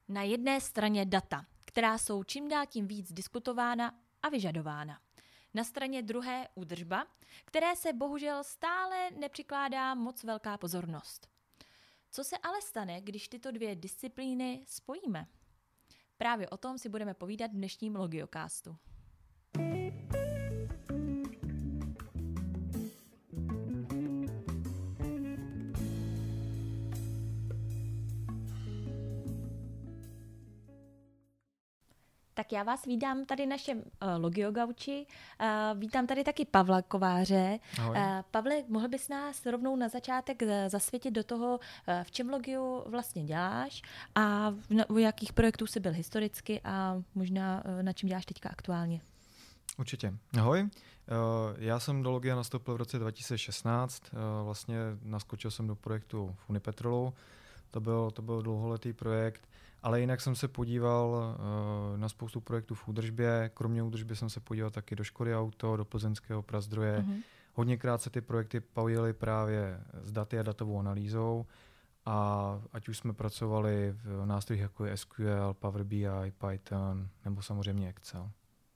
Na jedné straně data, která jsou čím dál tím víc diskutována a vyžadována. Na straně druhé údržba, které se bohužel stále nepřikládá moc velká pozornost. Co se ale stane, když tyto dvě disciplíny spojíme? Právě o tom si budeme povídat v dnešním Logiocastu. Tak já vás vítám tady našem Logiogauči. Vítám tady taky Pavla Kováře. Pavle, mohl bys nás rovnou na začátek zasvětit do toho, v čem Logiu vlastně děláš a u jakých projektů jsi byl historicky a možná na čem děláš teďka aktuálně? Určitě. Ahoj. Já jsem do Logia nastoupil v roce 2016. Vlastně naskočil jsem do projektu v Unipetrolu. To byl dlouholetý projekt. Ale jinak jsem se podíval na spoustu projektů v údržbě. Kromě údržby jsem se podíval taky do Škody Auto, do Plzeňského Prazdroje. Mm-hmm. Hodněkrát se ty projekty pojily právě s daty a datovou analýzou. A ať už jsme pracovali v nástrojích jako je SQL, Power BI, Python nebo samozřejmě Excel.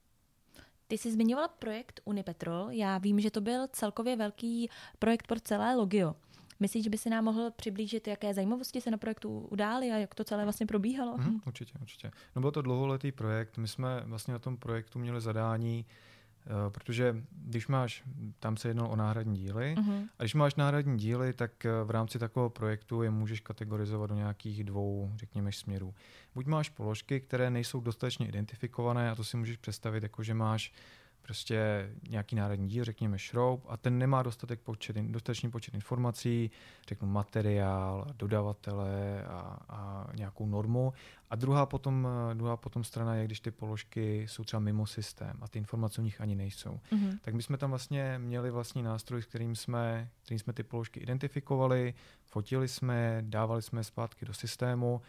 Ty jsi zmiňovala projekt Unipetrol. Já vím, že to byl celkově velký projekt pro celé Logio. Myslíš, že by se nám mohl přiblížit, jaké zajímavosti se na projektu udály a jak to celé vlastně probíhalo? Určitě. No byl to dlouholetý projekt. My jsme vlastně na tom projektu měli zadání, protože když máš, tam se jednalo o náhradní díly, a když máš náhradní díly, tak v rámci takového projektu je můžeš kategorizovat do nějakých dvou, řekněme, směrů. Buď máš položky, které nejsou dostatečně identifikované, a to si můžeš představit, jako že máš prostě nějaký náhradní díl, řekněme šroub, a ten nemá dostatečný počet informací, řeknu materiál, dodavatele a nějakou normu. A druhá potom strana je, když ty položky jsou třeba mimo systém a ty informace o nich ani nejsou. Tak my jsme tam vlastně měli vlastní nástroj, kterým jsme ty položky identifikovali, fotili jsme, dávali jsme je zpátky do systému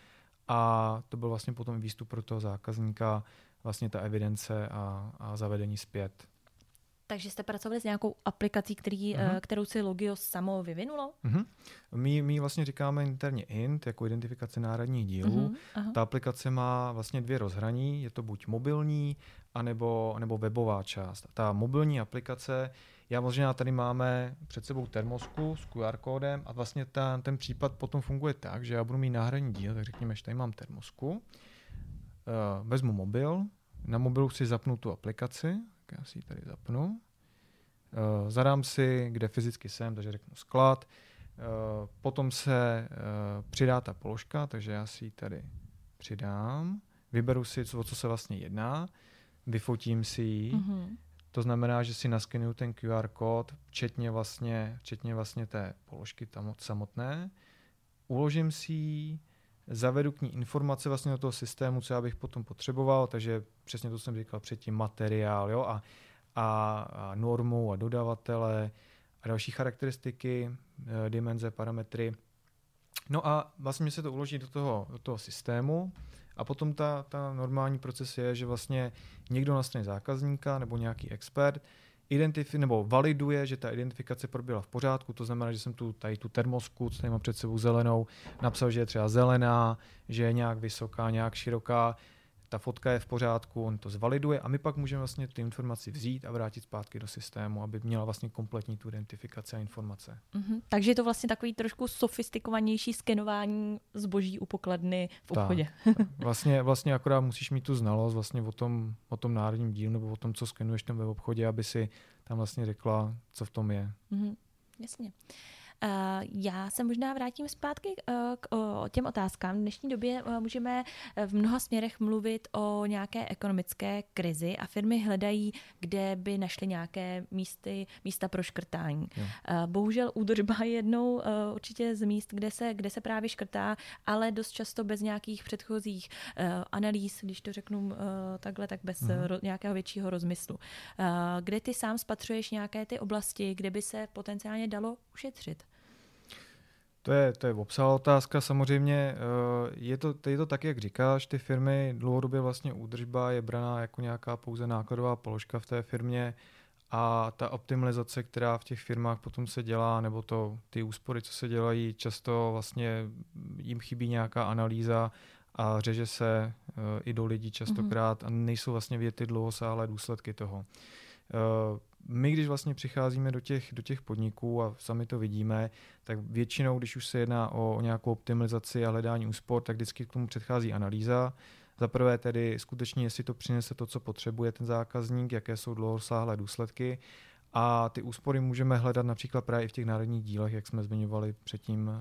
a to byl vlastně potom výstup pro toho zákazníka, vlastně ta evidence a zavedení zpět. Takže jste pracovali s nějakou aplikací, kterou si Logio samo vyvinulo? My vlastně říkáme interně INT, jako identifikace náhradních dílů. Ta aplikace má vlastně dvě rozhraní, je to buď mobilní, anebo webová část. Ta mobilní aplikace, možná tady máme před sebou termosku s QR kódem a vlastně ten případ potom funguje tak, že já budu mít náhradní díl, tak řekněme, že tady mám termosku, vezmu mobil, na mobilu si zapnu tu aplikaci, tak já si ji tady zapnu, zadám si, kde fyzicky jsem, takže řeknu sklad, potom se přidá ta položka, takže já si ji tady přidám, vyberu si, o co se vlastně jedná, vyfotím si ji, to znamená, že si naskenuju ten QR kód, včetně vlastně té položky tam samotné, uložím si ji, zavedu k ní informace vlastně do toho systému, co já bych potom potřeboval, takže přesně to jsem říkal předtím, materiál, jo, a normu a dodavatele a další charakteristiky, dimenze, parametry. No a vlastně se to uloží do toho systému a potom ta normální proces je, že vlastně někdo na straně zákazníka nebo nějaký expert nebo validuje, že ta identifikace proběhla v pořádku, to znamená, že jsem tady tu termosku, co tady mám před sebou zelenou, napsal, že je třeba zelená, že je nějak vysoká, nějak široká, ta fotka je v pořádku, on to zvaliduje a my pak můžeme vlastně ty informaci vzít a vrátit zpátky do systému, aby měla vlastně kompletní tu identifikaci a informace. Takže je to vlastně takový trošku sofistikovanější skenování zboží u pokladny v obchodě. Tak. Vlastně akorát musíš mít tu znalost vlastně o tom národním dílu nebo o tom, co skenuješ tam ve obchodě, aby si tam vlastně řekla, co v tom je. Jasně. Já se možná vrátím zpátky k těm otázkám. V dnešní době můžeme v mnoha směrech mluvit o nějaké ekonomické krizi a firmy hledají, kde by našly nějaké místa pro škrtání. Bohužel údržba je jednou určitě z míst, kde se právě škrtá, ale dost často bez nějakých předchozích analýz, když to řeknu takhle, tak bez nějakého většího rozmyslu. Kde ty sám spatřuješ nějaké ty oblasti, kde by se potenciálně dalo ušetřit? To je obsáhlá otázka. Samozřejmě je to tak, jak říkáš, ty firmy dlouhodobě vlastně údržba je braná jako nějaká pouze nákladová položka v té firmě a ta optimalizace, která v těch firmách potom se dělá, nebo ty úspory, co se dělají, často vlastně jim chybí nějaká analýza a řeže se i do lidí častokrát a nejsou vlastně vidět ty dlouhosáhlé důsledky toho. My, když vlastně přicházíme do těch podniků a sami to vidíme, tak většinou, když už se jedná o nějakou optimalizaci a hledání úspor, tak vždycky k tomu předchází analýza. Za prvé tedy skutečně, jestli to přinese to, co potřebuje ten zákazník, jaké jsou dlouhosáhlé důsledky. A ty úspory můžeme hledat například právě i v těch národních dílech, jak jsme zmiňovali předtím,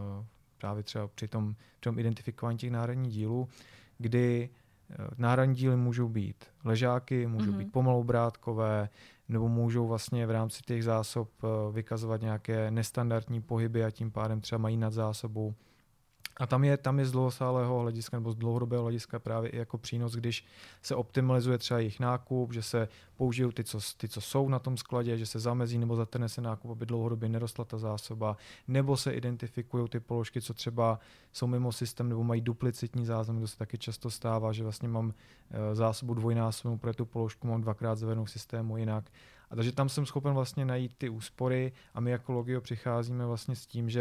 právě třeba při tom identifikování těch národních dílů, kdy náhradní díly můžou být ležáky, můžou být pomalobrátkové, nebo můžou vlastně v rámci těch zásob vykazovat nějaké nestandardní pohyby a tím pádem třeba mají nadzásobu. A tam je z dlouhosáhlého hlediska nebo z dlouhodobého hlediska právě i jako přínos, když se optimalizuje třeba jejich nákup, že se použijou ty, co jsou na tom skladě, že se zamezí nebo zatrhne se nákup, aby dlouhodobě nerostla ta zásoba, nebo se identifikují ty položky, co třeba jsou mimo systém nebo mají duplicitní záznamy, to se taky často stává, že vlastně mám zásobu dvojnásobnou pro tu položku, mám dvakrát zvedenou v systému jinak. A takže tam jsem schopen vlastně najít ty úspory a my jako Logio přicházíme vlastně s tím,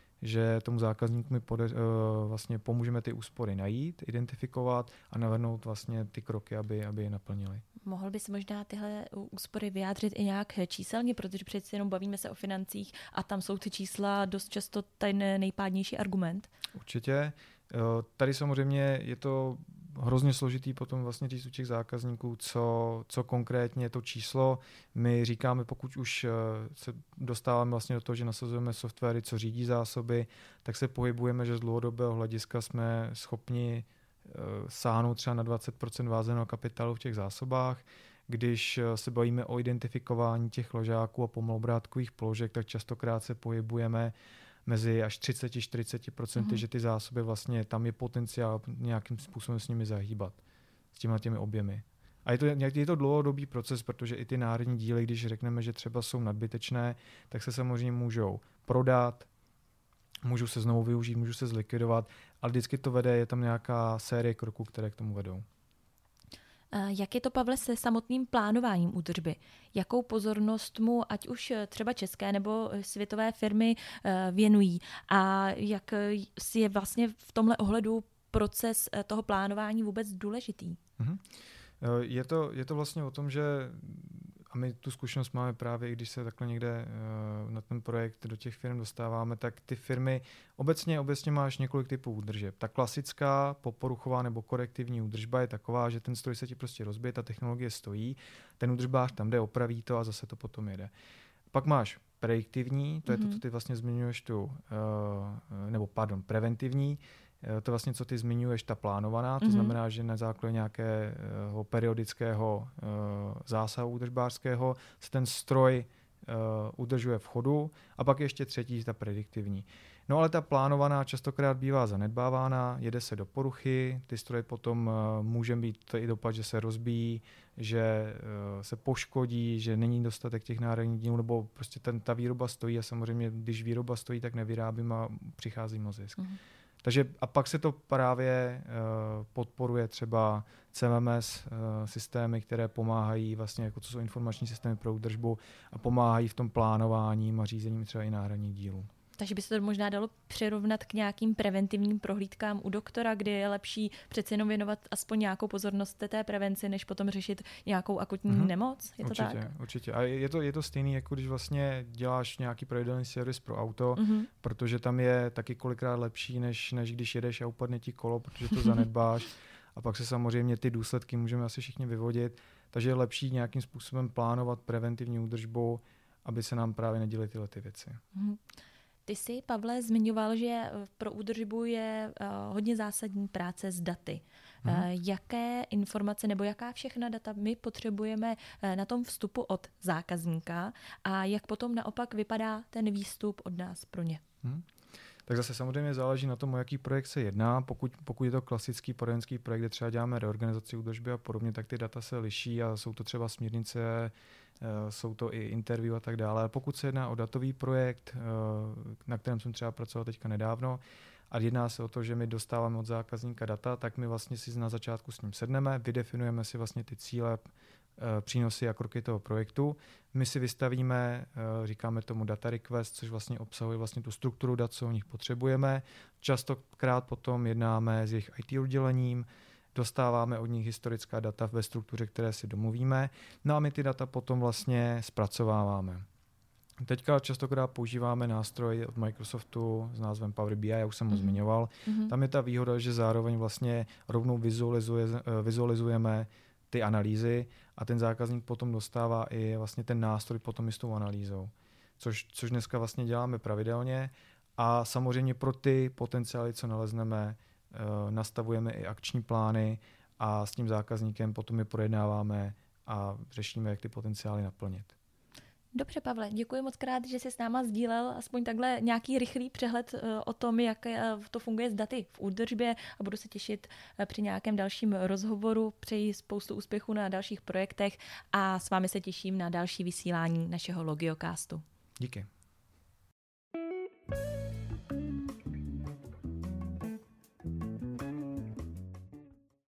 že tomu zákazníku vlastně pomůžeme ty úspory najít, identifikovat a navrhnout vlastně ty kroky, aby je naplnili. Mohl bys možná tyhle úspory vyjádřit i nějak číselně, protože přeci jenom bavíme se o financích a tam jsou ty čísla dost často ten nejpádnější argument. Určitě. Tady samozřejmě je to hrozně složitý potom vlastně říct u těch zákazníků, co konkrétně je to číslo. My říkáme, pokud už se dostáváme vlastně do toho, že nasazujeme softwary, co řídí zásoby, tak se pohybujeme, že z dlouhodobého hlediska jsme schopni sáhnout třeba na 20% vázaného kapitálu v těch zásobách. Když se bavíme o identifikování těch ložáků a pomalobrátkových položek, tak častokrát se pohybujeme mezi až 30-40%, že ty zásoby vlastně, tam je potenciál nějakým způsobem s nimi zahýbat, s těmi objemy. A je to dlouhodobý proces, protože i ty národní díly, když řekneme, že třeba jsou nadbytečné, tak se samozřejmě můžou prodat, můžou se znovu využít, můžou se zlikvidovat, ale vždycky to vede, je tam nějaká série kroků, které k tomu vedou. Jak je to, Pavle, se samotným plánováním údržby? Jakou pozornost mu ať už třeba české nebo světové firmy věnují? A jak si je vlastně v tomhle ohledu proces toho plánování vůbec důležitý? Je to vlastně o tom, že a my tu zkušenost máme právě, i když se takhle někde na ten projekt do těch firm dostáváme, tak ty firmy obecně máš několik typů údržeb. Ta klasická poporuchová nebo korektivní údržba je taková, že ten stroj se ti prostě rozbije, ta technologie stojí, ten údržbář tam jde, opraví to a zase to potom jede. Pak máš prediktivní, to je to, co ty vlastně zmiňuješ preventivní, to vlastně, co ty zmiňuješ, ta plánovaná, to znamená, že na základě nějakého periodického zásahu údržbářského se ten stroj udržuje v chodu a pak ještě třetí, ta prediktivní. No ale ta plánovaná častokrát bývá zanedbávána, jede se do poruchy, ty stroje potom může být to i dopad, že se rozbíjí, že se poškodí, že není dostatek těch náhradních dílů, nebo prostě ta výroba stojí a samozřejmě, když výroba stojí, tak nevyrábím a přichází o zisk. Takže a pak se to právě podporuje třeba CMMS systémy, které pomáhají vlastně, jako co jsou informační systémy pro údržbu a pomáhají v tom plánováním a řízením třeba i náhradních dílů. Takže by se to možná dalo přirovnat k nějakým preventivním prohlídkám u doktora, kdy je lepší přece jenom věnovat aspoň nějakou pozornost té prevenci, než potom řešit nějakou akutní nemoc? Je to určitě, tak? Určitě. A je to stejný, jako když vlastně děláš nějaký pravidelný servis pro auto, protože tam je taky kolikrát lepší, než když jedeš a upadne ti kolo, protože to zanedbáš. A pak se samozřejmě ty důsledky můžeme asi všichni vyvodit. Takže je lepší nějakým způsobem plánovat preventivní údržbu, aby se nám právě neděly tyhle ty věci. Ty jsi, Pavle, zmiňoval, že pro údržbu je hodně zásadní práce s daty. Jaké informace nebo jaká všechna data my potřebujeme na tom vstupu od zákazníka a jak potom naopak vypadá ten výstup od nás pro ně? Tak zase samozřejmě záleží na tom, o jaký projekt se jedná. Pokud je to klasický poradenský projekt, kde třeba děláme reorganizaci údržby a podobně, tak ty data se liší a jsou to třeba směrnice, jsou to i interview a tak dále. Ale pokud se jedná o datový projekt, na kterém jsem třeba pracoval teďka nedávno, a jedná se o to, že my dostáváme od zákazníka data, tak my vlastně si na začátku s ním sedneme, vydefinujeme si vlastně ty cíle, přínosy a kroky toho projektu. My si vystavíme, říkáme tomu data request, což vlastně obsahuje vlastně tu strukturu dat, co o nich potřebujeme. Častokrát potom jednáme s jejich IT oddělením, dostáváme od nich historická data ve struktuře, které si domluvíme, no a my ty data potom vlastně zpracováváme. Teďka častokrát používáme nástroj od Microsoftu s názvem Power BI, já už jsem ho zmiňoval. Tam je ta výhoda, že zároveň vlastně rovnou vizualizujeme ty analýzy a ten zákazník potom dostává i vlastně ten nástroj potom i s tou analýzou, což dneska vlastně děláme pravidelně a samozřejmě pro ty potenciály, co nalezneme, nastavujeme i akční plány a s tím zákazníkem potom je projednáváme a řešíme, jak ty potenciály naplnit. Dobře, Pavle, děkuji moc krát, že jsi s náma sdílel aspoň takhle nějaký rychlý přehled o tom, jak to funguje s daty v údržbě a budu se těšit při nějakém dalším rozhovoru. Přeji spoustu úspěchů na dalších projektech a s vámi se těším na další vysílání našeho Logiocastu. Díky.